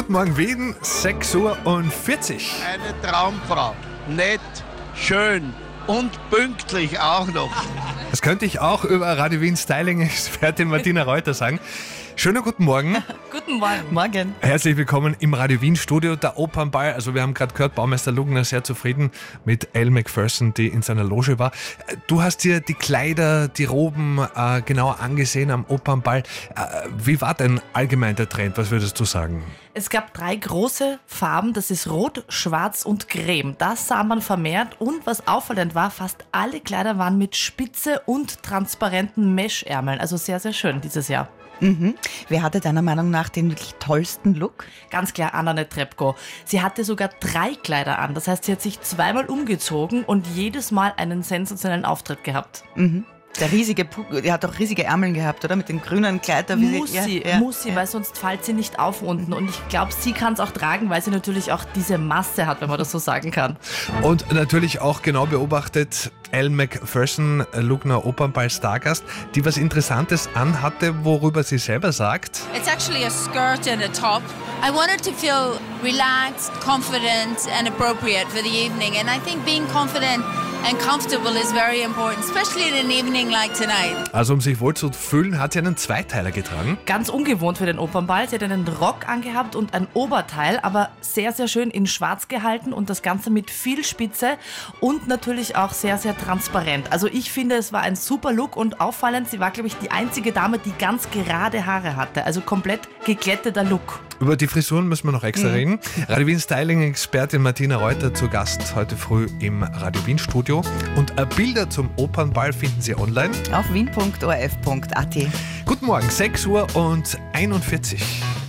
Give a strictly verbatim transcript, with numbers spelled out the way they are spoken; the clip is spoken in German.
Guten Morgen Wien, sechs Uhr vierzig. Eine Traumfrau. Nett, schön und pünktlich auch noch. Das könnte ich auch über Radio Wien Styling-Expertin Martina Reuter sagen. Schönen guten Morgen. Guten Morgen. Morgen. Herzlich willkommen im Radio Wien Studio, der Opernball. Also wir haben gerade gehört, Baumeister Lugner sehr zufrieden mit Elle Macpherson, die in seiner Loge war. Du hast dir die Kleider, die Roben äh, genauer angesehen am Opernball. Äh, wie war denn allgemein der Trend? Was würdest du sagen? Es gab drei große Farben, das ist Rot, Schwarz und Creme. Das sah man vermehrt und was auffallend war, fast alle Kleider waren mit Spitze und transparenten Mesh-Ärmeln. Also sehr, sehr schön dieses Jahr. Mhm. Wer hatte deiner Meinung nach den wirklich tollsten Look? Ganz klar Anna Netrebko. Sie hatte sogar drei Kleider an. Das heißt, sie hat sich zweimal umgezogen und jedes Mal einen sensationellen Auftritt gehabt. Mhm. Der riesige, Pu- die hat doch riesige Ärmeln gehabt, oder? Mit dem grünen Kleid. Da, wie Muss sie, sie, ja, ja, muss sie, ja. weil sonst fällt sie nicht auf unten. Und ich glaube, sie kann es auch tragen, weil sie natürlich auch diese Masse hat, wenn man das so sagen kann. Und natürlich auch genau beobachtet Elle Macpherson, Lugner Opernball Stargast, die was Interessantes anhatte, worüber sie selber sagt. It's actually a skirt and a top. I wanted to feel relaxed, confident and appropriate for the evening. And I think being confident and comfortable is very important, especially in an evening like tonight. Also um sich wohl zu fühlen, hat sie einen Zweiteiler getragen. Ganz ungewohnt für den Opernball. Sie hat einen Rock angehabt und ein Oberteil, aber sehr, sehr schön in schwarz gehalten und das Ganze mit viel Spitze und natürlich auch sehr, sehr transparent. Also ich finde, es war ein super Look und auffallend, sie war, glaube ich, die einzige Dame, die ganz gerade Haare hatte. Also komplett geglätteter Look. Über die Frisuren müssen wir noch extra Mhm. reden. Radio Wien Styling-Expertin Martina Reuter zu Gast heute früh im Radio Wien Studio. Und äh, Bilder zum Opernball finden Sie online. Auf wien punkt o r f punkt a t. Guten Morgen, sechs Uhr einundvierzig.